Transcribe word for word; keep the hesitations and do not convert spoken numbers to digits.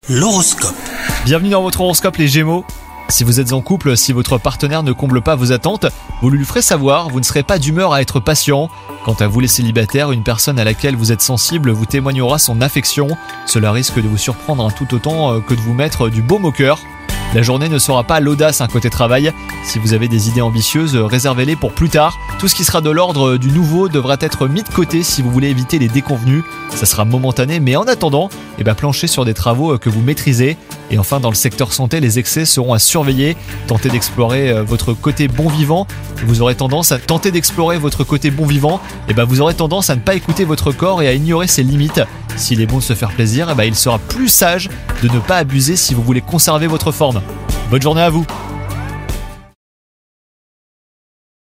L'horoscope. Bienvenue dans votre horoscope les Gémeaux. Si vous êtes en couple, si votre partenaire ne comble pas vos attentes, vous lui ferez savoir, vous ne serez pas d'humeur à être patient. Quant à vous les célibataires, une personne à laquelle vous êtes sensible vous témoignera son affection. Cela risque de vous surprendre un tout autant que de vous mettre du baume au cœur. La journée ne sera pas l'audace un côté travail. Si vous avez des idées ambitieuses, réservez-les pour plus tard. Tout ce qui sera de l'ordre du nouveau devra être mis de côté si vous voulez éviter les déconvenus. Ça sera momentané, mais en attendant, eh ben, planchez sur des travaux que vous maîtrisez. Et enfin, dans le secteur santé, les excès seront à surveiller. Tentez d'explorer votre côté bon vivant. Vous aurez tendance à tenter d'explorer votre côté bon vivant. Et ben, vous aurez tendance à ne pas écouter votre corps et à ignorer ses limites. S'il est bon de se faire plaisir, eh ben, il sera plus sage de ne pas abuser si vous voulez conserver votre forme. Bonne journée à vous!